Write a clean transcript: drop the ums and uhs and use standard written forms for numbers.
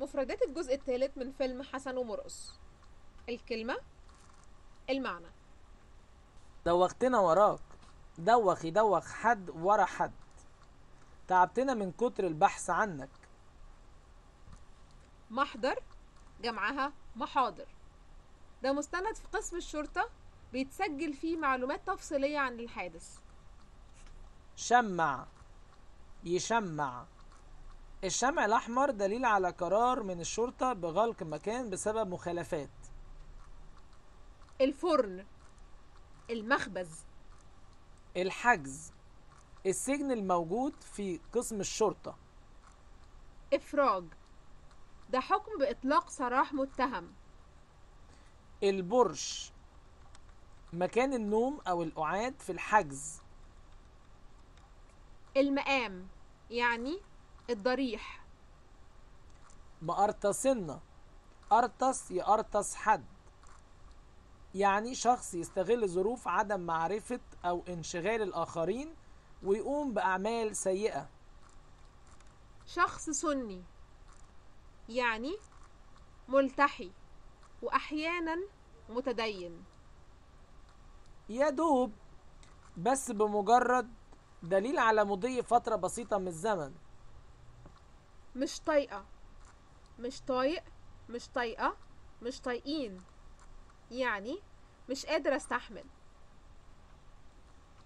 مفردات الجزء الثالث من فيلم حسن ومرقص. الكلمة، المعنى. دوختنا وراك، دوخ يدوخ حد ورا حد، تعبتنا من كتر البحث عنك. محضر، جمعها محاضر، ده مستند في قسم الشرطة بيتسجل فيه معلومات تفصيلية عن الحادث. شمع، يشمع. الشمع الأحمر دليل على قرار من الشرطة بغلق مكان بسبب مخالفات. الفرن، المخبز. الحجز، السجن الموجود في قسم الشرطة. إفراج، ده حكم بإطلاق سراح متهم. البرش، مكان النوم أو القعاد في الحجز. المقام، يعني الضريح. مقرطسنا، أرطس يقرطس حد، يعني شخص يستغل ظروف عدم معرفة أو انشغال الآخرين ويقوم بأعمال سيئة. شخص سني، يعني ملتحي وأحيانا متدين. يدوب، بس بمجرد، دليل على مضي فترة بسيطة من الزمن. مش طايقة، مش طايق، مش طايقة، مش طايقين، يعني مش قادر استحمل.